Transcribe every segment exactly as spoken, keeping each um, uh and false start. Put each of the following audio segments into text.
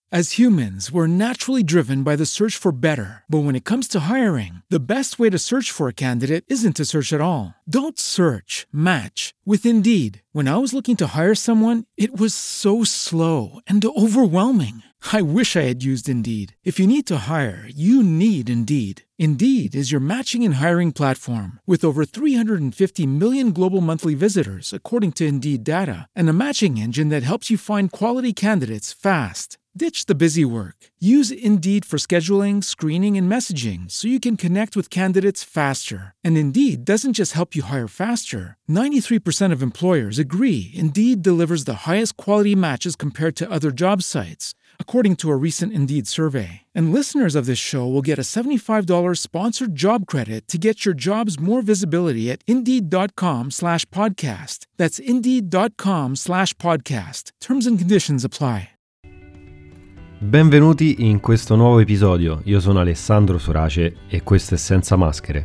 As humans, we're naturally driven by the search for better. But when it comes to hiring, the best way to search for a candidate isn't to search at all. Don't search, match with Indeed. When I was looking to hire someone, it was so slow and overwhelming. I wish I had used Indeed. If you need to hire, you need Indeed. Indeed is your matching and hiring platform with over three hundred fifty million global monthly visitors, according to Indeed data, and a matching engine that helps you find quality candidates fast. Ditch the busy work. Use Indeed for scheduling, screening, and messaging so you can connect with candidates faster. And Indeed doesn't just help you hire faster. ninety-three percent of employers agree Indeed delivers the highest quality matches compared to other job sites, according to a recent Indeed survey. And listeners of this show will get a seventy-five dollars sponsored job credit to get your jobs more visibility at Indeed.com slash podcast. That's Indeed.com slash podcast. Terms and conditions apply. Benvenuti in questo nuovo episodio. Io sono Alessandro Sorace e questo è Senza Maschere.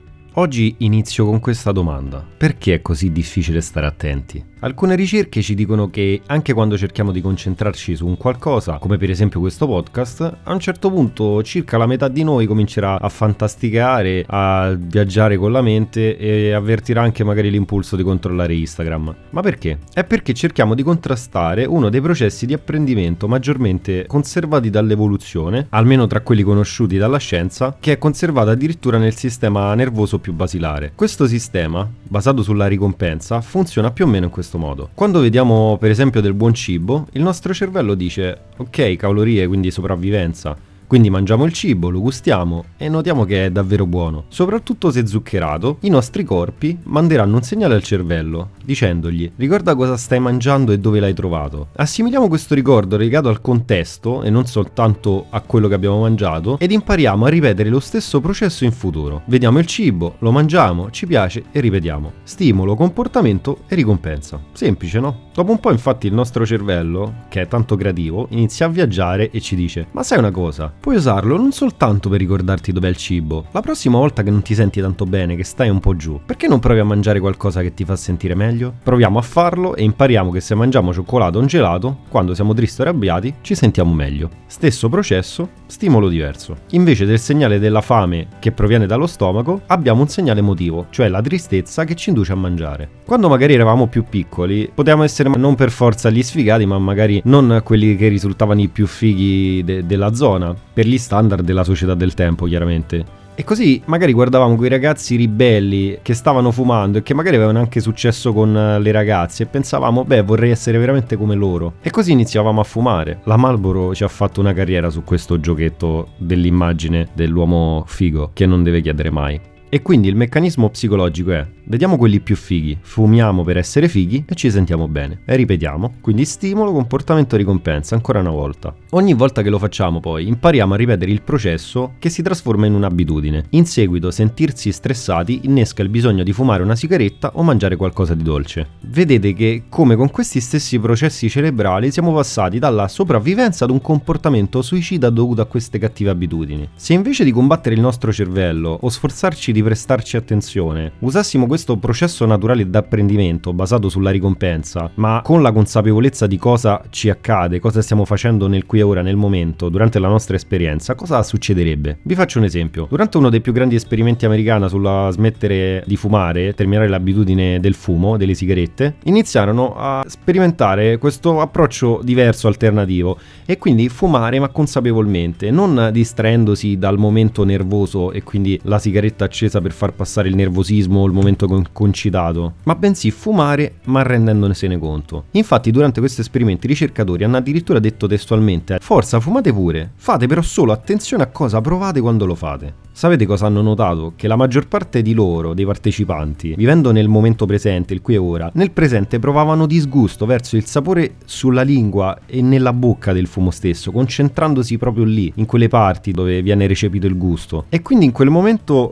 Oggi inizio con questa domanda: perché è così difficile stare attenti? Alcune ricerche ci dicono che anche quando cerchiamo di concentrarci su un qualcosa, come per esempio questo podcast, a un certo punto circa la metà di noi comincerà a fantasticare, a viaggiare con la mente e avvertirà anche magari l'impulso di controllare Instagram. Ma perché? È perché cerchiamo di contrastare uno dei processi di apprendimento maggiormente conservati dall'evoluzione, almeno tra quelli conosciuti dalla scienza, che è conservato addirittura nel sistema nervoso più basilare. Questo sistema, basato sulla ricompensa, funziona più o meno in questo modo. Quando vediamo per esempio del buon cibo, il nostro cervello dice ok, calorie, quindi sopravvivenza. Quindi mangiamo il cibo, lo gustiamo e notiamo che è davvero buono. Soprattutto se zuccherato, i nostri corpi manderanno un segnale al cervello dicendogli ricorda cosa stai mangiando e dove l'hai trovato. Assimiliamo questo ricordo legato al contesto e non soltanto a quello che abbiamo mangiato ed impariamo a ripetere lo stesso processo in futuro. Vediamo il cibo, lo mangiamo, ci piace e ripetiamo. Stimolo, comportamento e ricompensa. Semplice, no? Dopo un po' infatti il nostro cervello, che è tanto creativo, inizia a viaggiare e ci dice ma sai una cosa? Puoi usarlo non soltanto per ricordarti dov'è il cibo. La prossima volta che non ti senti tanto bene, che stai un po' giù, perché non provi a mangiare qualcosa che ti fa sentire meglio? Proviamo a farlo e impariamo che se mangiamo cioccolato o un gelato, quando siamo tristi o arrabbiati, ci sentiamo meglio. Stesso processo, stimolo diverso. Invece del segnale della fame che proviene dallo stomaco, abbiamo un segnale emotivo, cioè la tristezza che ci induce a mangiare. Quando magari eravamo più piccoli, potevamo essere non per forza gli sfigati, ma magari non quelli che risultavano i più fighi de- della zona, per gli standard della società del tempo, chiaramente. E così magari guardavamo quei ragazzi ribelli che stavano fumando e che magari avevano anche successo con le ragazze e pensavamo, beh, vorrei essere veramente come loro. E così iniziavamo a fumare. La Marlboro ci ha fatto una carriera su questo giochetto dell'immagine dell'uomo figo che non deve chiedere mai. E quindi il meccanismo psicologico è: vediamo quelli più fighi, fumiamo per essere fighi e ci sentiamo bene. E ripetiamo, quindi stimolo, comportamento, ricompensa, ancora una volta. Ogni volta che lo facciamo poi impariamo a ripetere il processo che si trasforma in un'abitudine. In seguito sentirsi stressati innesca il bisogno di fumare una sigaretta o mangiare qualcosa di dolce. Vedete che come con questi stessi processi cerebrali siamo passati dalla sopravvivenza ad un comportamento suicida dovuto a queste cattive abitudini. Se invece di combattere il nostro cervello o sforzarci di prestarci attenzione, usassimo questo processo naturale d'apprendimento basato sulla ricompensa, ma con la consapevolezza di cosa ci accade, cosa stiamo facendo nel qui e ora, nel momento, durante la nostra esperienza, cosa succederebbe? Vi faccio un esempio. Durante uno dei più grandi esperimenti americani sulla smettere di fumare, terminare l'abitudine del fumo, delle sigarette, iniziarono a sperimentare questo approccio diverso, alternativo, e quindi fumare ma consapevolmente, non distraendosi dal momento nervoso e quindi la sigaretta accesa per far passare il nervosismo o il momento con- concitato, ma bensì fumare ma rendendosene conto. Infatti durante questi esperimenti i ricercatori hanno addirittura detto testualmente: forza, fumate pure, fate però solo attenzione a cosa provate quando lo fate. Sapete cosa hanno notato? Che la maggior parte di loro, dei partecipanti, vivendo nel momento presente, il qui e ora, nel presente provavano disgusto verso il sapore sulla lingua e nella bocca del fumo stesso, concentrandosi proprio lì, in quelle parti dove viene recepito il gusto. E quindi in quel momento, con questo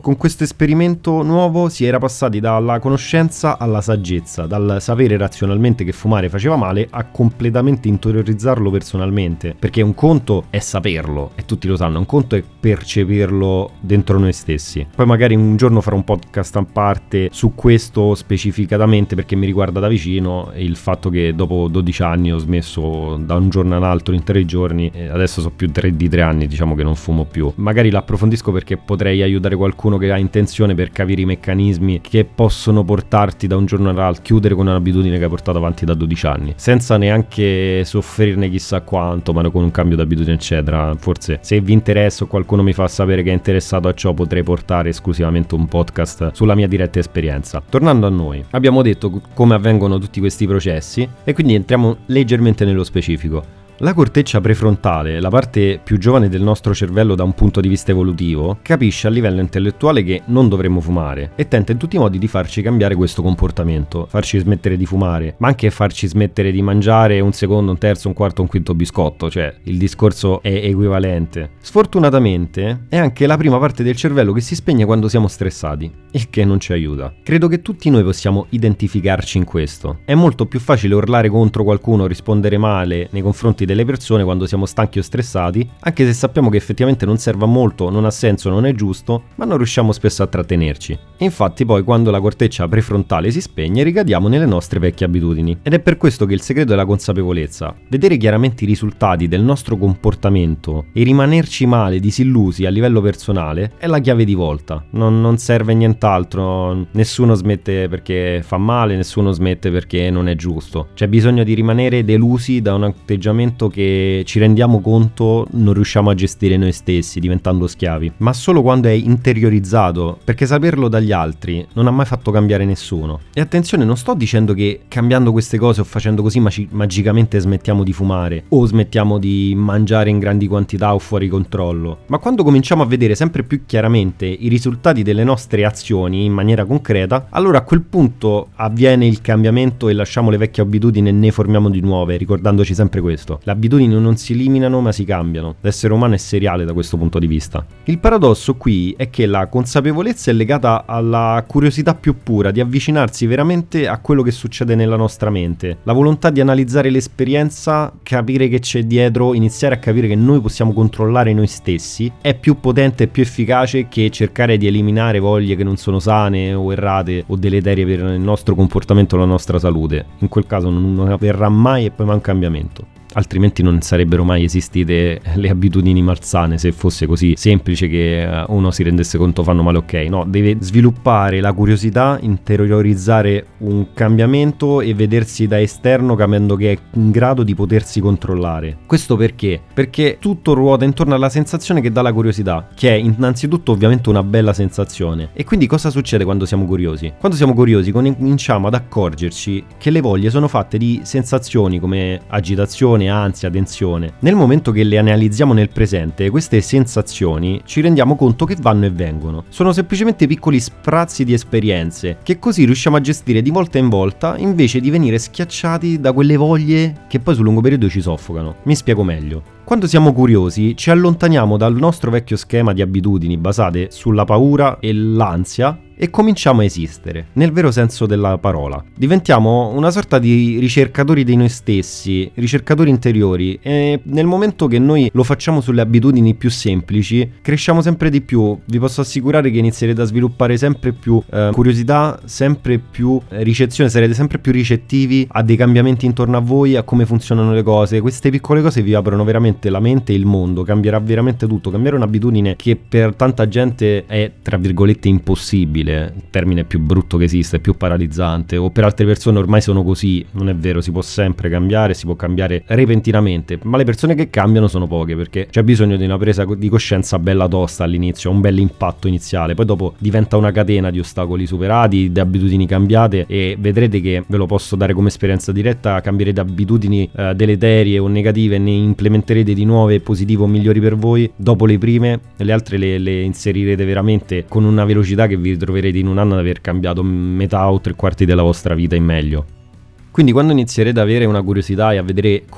esperimento nuovo si era passati dalla conoscenza alla saggezza, dal sapere razionalmente che fumare faceva male a completamente interiorizzarlo personalmente, perché un conto è saperlo e tutti lo sanno, un conto è percepirlo dentro noi stessi. Poi magari un giorno farò un podcast a parte su questo specificatamente, perché mi riguarda da vicino il fatto che dopo dodici anni ho smesso da un giorno all'altro in tre giorni, e adesso so più tre di tre anni diciamo che non fumo più. Magari l'approfondisco perché potrei aiutare qualcuno che ha intenzione per capire i meccanismi che possono portarti da un giorno all'altro, chiudere con un'abitudine che hai portato avanti da dodici anni, senza neanche soffrirne chissà quanto, ma con un cambio d'abitudine eccetera. Forse se vi interessa o qualcuno mi fa sapere che è interessato a ciò, potrei portare esclusivamente un podcast sulla mia diretta esperienza. Tornando a noi, abbiamo detto come avvengono tutti questi processi e quindi entriamo leggermente nello specifico. La corteccia prefrontale, la parte più giovane del nostro cervello da un punto di vista evolutivo, capisce a livello intellettuale che non dovremmo fumare e tenta in tutti i modi di farci cambiare questo comportamento, farci smettere di fumare, ma anche farci smettere di mangiare un secondo, un terzo, un quarto, un quinto biscotto, cioè il discorso è equivalente. Sfortunatamente è anche la prima parte del cervello che si spegne quando siamo stressati, il che non ci aiuta. Credo che tutti noi possiamo identificarci in questo. È molto più facile urlare contro qualcuno, rispondere male nei confronti delle persone quando siamo stanchi o stressati, anche se sappiamo che effettivamente non serve a molto, non ha senso, non è giusto, ma non riusciamo spesso a trattenerci. Infatti poi quando la corteccia prefrontale si spegne ricadiamo nelle nostre vecchie abitudini, ed è per questo che il segreto è la consapevolezza. Vedere chiaramente i risultati del nostro comportamento e rimanerci male, disillusi a livello personale è la chiave di volta. Non, non serve nient'altro, nessuno smette perché fa male, nessuno smette perché non è giusto. C'è bisogno di rimanere delusi da un atteggiamento che ci rendiamo conto non riusciamo a gestire noi stessi, diventando schiavi, ma solo quando è interiorizzato, perché saperlo dagli altri non ha mai fatto cambiare nessuno. E attenzione, non sto dicendo che cambiando queste cose o facendo così mag- magicamente smettiamo di fumare o smettiamo di mangiare in grandi quantità o fuori controllo, ma quando cominciamo a vedere sempre più chiaramente i risultati delle nostre azioni in maniera concreta, allora a quel punto avviene il cambiamento e lasciamo le vecchie abitudini e ne formiamo di nuove, ricordandoci sempre questo: le abitudini non si eliminano ma si cambiano. L'essere umano è seriale da questo punto di vista. Il paradosso qui è che la consapevolezza è legata alla curiosità più pura di avvicinarsi veramente a quello che succede nella nostra mente, la volontà di analizzare l'esperienza, capire che c'è dietro, iniziare a capire che noi possiamo controllare noi stessi, è più potente e più efficace che cercare di eliminare voglie che non sono sane o errate o deleterie per il nostro comportamento o la nostra salute. In quel caso non avverrà mai e poi mai un cambiamento. Altrimenti non sarebbero mai esistite le abitudini malsane, se fosse così semplice che uno si rendesse conto fanno male. Ok, no, deve sviluppare la curiosità, interiorizzare un cambiamento e vedersi da esterno capendo che è in grado di potersi controllare. Questo perché? Perché tutto ruota intorno alla sensazione che dà la curiosità, che è innanzitutto ovviamente una bella sensazione. E quindi cosa succede quando siamo curiosi? Quando siamo curiosi cominciamo ad accorgerci che le voglie sono fatte di sensazioni come agitazione, ansia, tensione. Nel momento che le analizziamo nel presente, queste sensazioni ci rendiamo conto che vanno e vengono. Sono semplicemente piccoli sprazzi di esperienze che così riusciamo a gestire di volta in volta, invece di venire schiacciati da quelle voglie che poi sul lungo periodo ci soffocano. Mi spiego meglio. Quando siamo curiosi ci allontaniamo dal nostro vecchio schema di abitudini basate sulla paura e l'ansia e cominciamo a esistere, nel vero senso della parola. Diventiamo una sorta di ricercatori di noi stessi, ricercatori interiori, e nel momento che noi lo facciamo sulle abitudini più semplici, cresciamo sempre di più. Vi posso assicurare che inizierete a sviluppare sempre più eh, curiosità, sempre più eh, ricezione, sarete sempre più ricettivi a dei cambiamenti intorno a voi, a come funzionano le cose. Queste piccole cose vi aprono veramente la mente e il mondo, cambierà veramente tutto. Cambiare un'abitudine che per tanta gente è, tra virgolette, impossibile, il termine più brutto che esiste, più paralizzante, o per altre persone ormai sono così. Non è vero, si può sempre cambiare, si può cambiare repentinamente, ma le persone che cambiano sono poche, perché c'è bisogno di una presa di coscienza bella tosta all'inizio, un bel impatto iniziale, poi dopo diventa una catena di ostacoli superati, di abitudini cambiate, e vedrete che, ve lo posso dare come esperienza diretta, cambierete abitudini eh, deleterie o negative e ne implementerete di nuove positive o migliori per voi. Dopo le prime, le altre le, le inserirete veramente con una velocità che vi troverete in un anno ad aver cambiato metà o tre quarti della vostra vita in meglio. Quindi quando inizierete ad avere una curiosità e a vedere come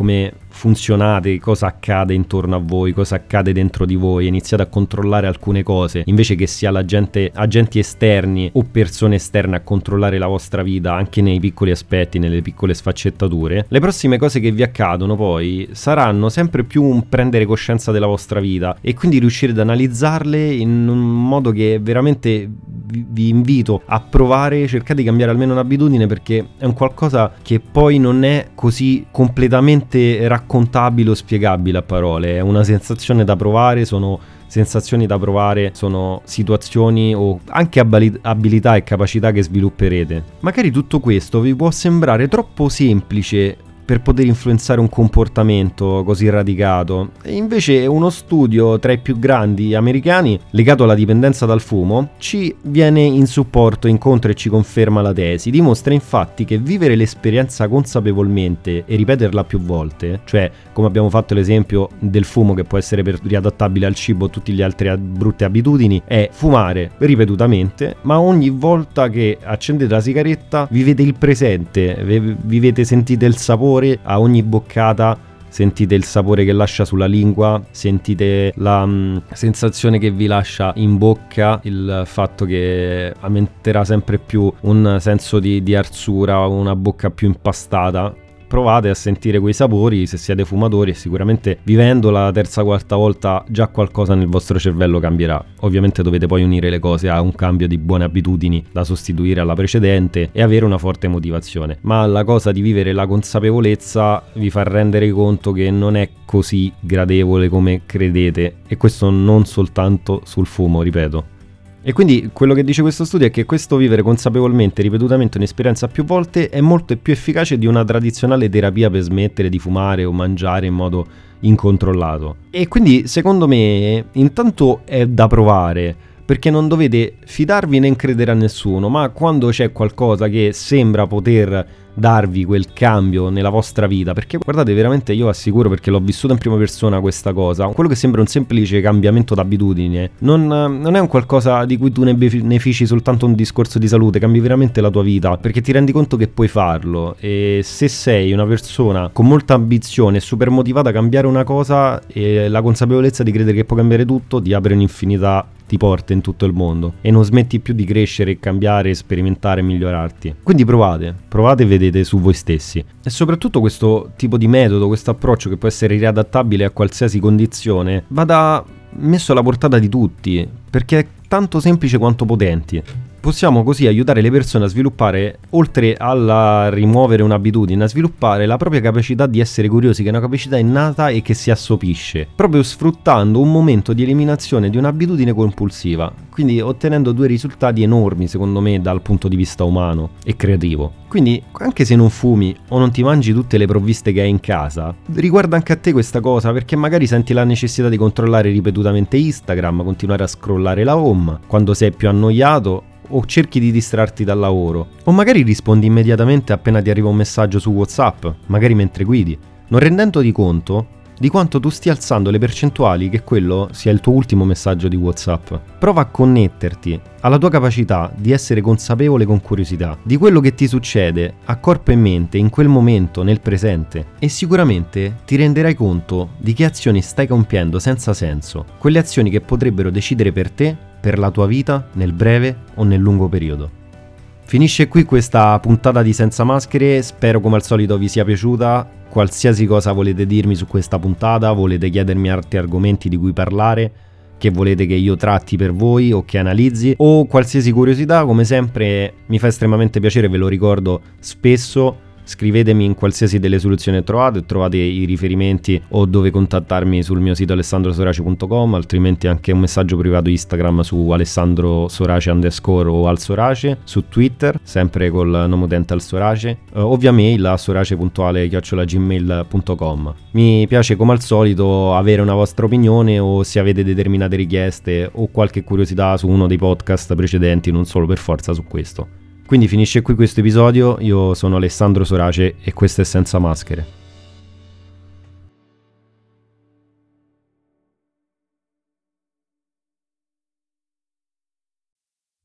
funzionate, cosa accade intorno a voi, cosa accade dentro di voi, iniziate a controllare alcune cose invece che sia la gente, agenti esterni o persone esterne a controllare la vostra vita anche nei piccoli aspetti, nelle piccole sfaccettature, le prossime cose che vi accadono poi saranno sempre più un prendere coscienza della vostra vita e quindi riuscire ad analizzarle in un modo che veramente vi, vi invito a provare. Cercate di cambiare almeno un'abitudine, perché è un qualcosa che poi non è così completamente raccontabile o spiegabile a parole, è una sensazione da provare, sono sensazioni da provare, sono situazioni o anche abilità e capacità che svilupperete. Magari tutto questo vi può sembrare troppo semplice per poter influenzare un comportamento così radicato, e invece uno studio tra i più grandi americani legato alla dipendenza dal fumo ci viene in supporto, incontra e ci conferma la tesi. Dimostra infatti che vivere l'esperienza consapevolmente e ripeterla più volte, cioè come abbiamo fatto l'esempio del fumo che può essere per riadattabile al cibo o tutte le altre brutte abitudini, è fumare ripetutamente, ma ogni volta che accendete la sigaretta vivete il presente, vivete, sentite il sapore a ogni boccata, sentite il sapore che lascia sulla lingua, sentite la mh, sensazione che vi lascia in bocca, il fatto che aumenterà sempre più un senso di, di arsura, una bocca più impastata. Provate a sentire quei sapori se siete fumatori e sicuramente vivendola la terza quarta volta già qualcosa nel vostro cervello cambierà. Ovviamente dovete poi unire le cose a un cambio di buone abitudini da sostituire alla precedente e avere una forte motivazione, ma la cosa di vivere la consapevolezza vi fa rendere conto che non è così gradevole come credete, e questo non soltanto sul fumo, ripeto. E quindi quello che dice questo studio è che questo vivere consapevolmente, ripetutamente un'esperienza più volte è molto più efficace di una tradizionale terapia per smettere di fumare o mangiare in modo incontrollato. E quindi secondo me intanto è da provare, perché non dovete fidarvi né credere a nessuno, ma quando c'è qualcosa che sembra poter darvi quel cambio nella vostra vita, perché guardate, veramente io assicuro, perché l'ho vissuta in prima persona questa cosa, quello che sembra un semplice cambiamento d'abitudine non, non è un qualcosa di cui tu ne benefici soltanto un discorso di salute, cambi veramente la tua vita perché ti rendi conto che puoi farlo. E se sei una persona con molta ambizione e super motivata a cambiare una cosa, e la consapevolezza di credere che puoi cambiare tutto ti apre un'infinità di porte in tutto il mondo e non smetti più di crescere, cambiare, sperimentare, migliorarti. Quindi provate, provate e vedete su voi stessi. E soprattutto questo tipo di metodo, questo approccio che può essere riadattabile a qualsiasi condizione, vada messo alla portata di tutti, perché è tanto semplice quanto potente. Possiamo così aiutare le persone a sviluppare, oltre a rimuovere un'abitudine, a sviluppare la propria capacità di essere curiosi, che è una capacità innata e che si assopisce, proprio sfruttando un momento di eliminazione di un'abitudine compulsiva, quindi ottenendo due risultati enormi secondo me dal punto di vista umano e creativo. Quindi anche se non fumi o non ti mangi tutte le provviste che hai in casa, riguarda anche a te questa cosa, perché magari senti la necessità di controllare ripetutamente Instagram, continuare a scrollare la home quando sei più annoiato, o cerchi di distrarti dal lavoro, o magari rispondi immediatamente appena ti arriva un messaggio su WhatsApp, magari mentre guidi, non rendendoti conto di quanto tu stia alzando le percentuali che quello sia il tuo ultimo messaggio di WhatsApp. Prova a connetterti alla tua capacità di essere consapevole con curiosità di quello che ti succede a corpo e mente in quel momento, nel presente, e sicuramente ti renderai conto di che azioni stai compiendo senza senso, quelle azioni che potrebbero decidere per te, per la tua vita, nel breve o nel lungo periodo. Finisce qui questa puntata di Senza Maschere, spero come al solito vi sia piaciuta. Qualsiasi cosa volete dirmi su questa puntata, volete chiedermi altri argomenti di cui parlare, che volete che io tratti per voi o che analizzi, o qualsiasi curiosità, come sempre mi fa estremamente piacere, ve lo ricordo spesso. Scrivetemi in qualsiasi delle soluzioni trovate, trovate i riferimenti o dove contattarmi sul mio sito alessandro sorace punto com, altrimenti anche un messaggio privato Instagram su alessandro sorace underscore o al sorace, su Twitter sempre col nome utente al sorace, uh, o via mail a sorace.ale chiocciola gmail punto com. Mi piace come al solito avere una vostra opinione, o se avete determinate richieste o qualche curiosità su uno dei podcast precedenti, non solo per forza su questo. Quindi finisce qui questo episodio, io sono Alessandro Sorace e questo è Senza Maschere.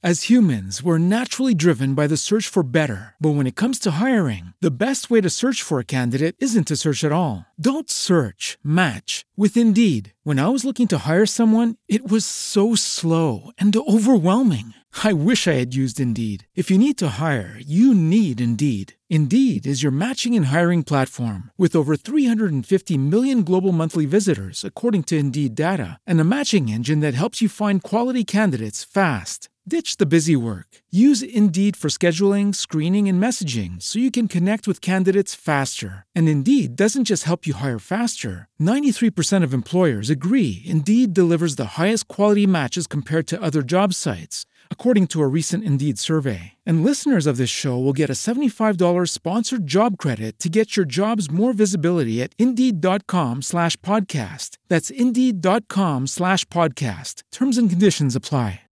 As humans, we're naturally driven by the search for better. But when it comes to hiring, the best way to search for a candidate isn't to search at all. Don't search, match with Indeed. When I was looking to hire someone, it was so slow and overwhelming. I wish I had used Indeed. If you need to hire, you need Indeed. Indeed is your matching and hiring platform with over three hundred fifty million global monthly visitors, according to Indeed data, and a matching engine that helps you find quality candidates fast. Ditch the busy work. Use Indeed for scheduling, screening, and messaging so you can connect with candidates faster. And Indeed doesn't just help you hire faster. ninety-three percent of employers agree Indeed delivers the highest quality matches compared to other job sites, according to a recent Indeed survey. And listeners of this show will get a seventy-five dollars sponsored job credit to get your jobs more visibility at Indeed.com slash podcast. That's Indeed.com slash podcast. Terms and conditions apply.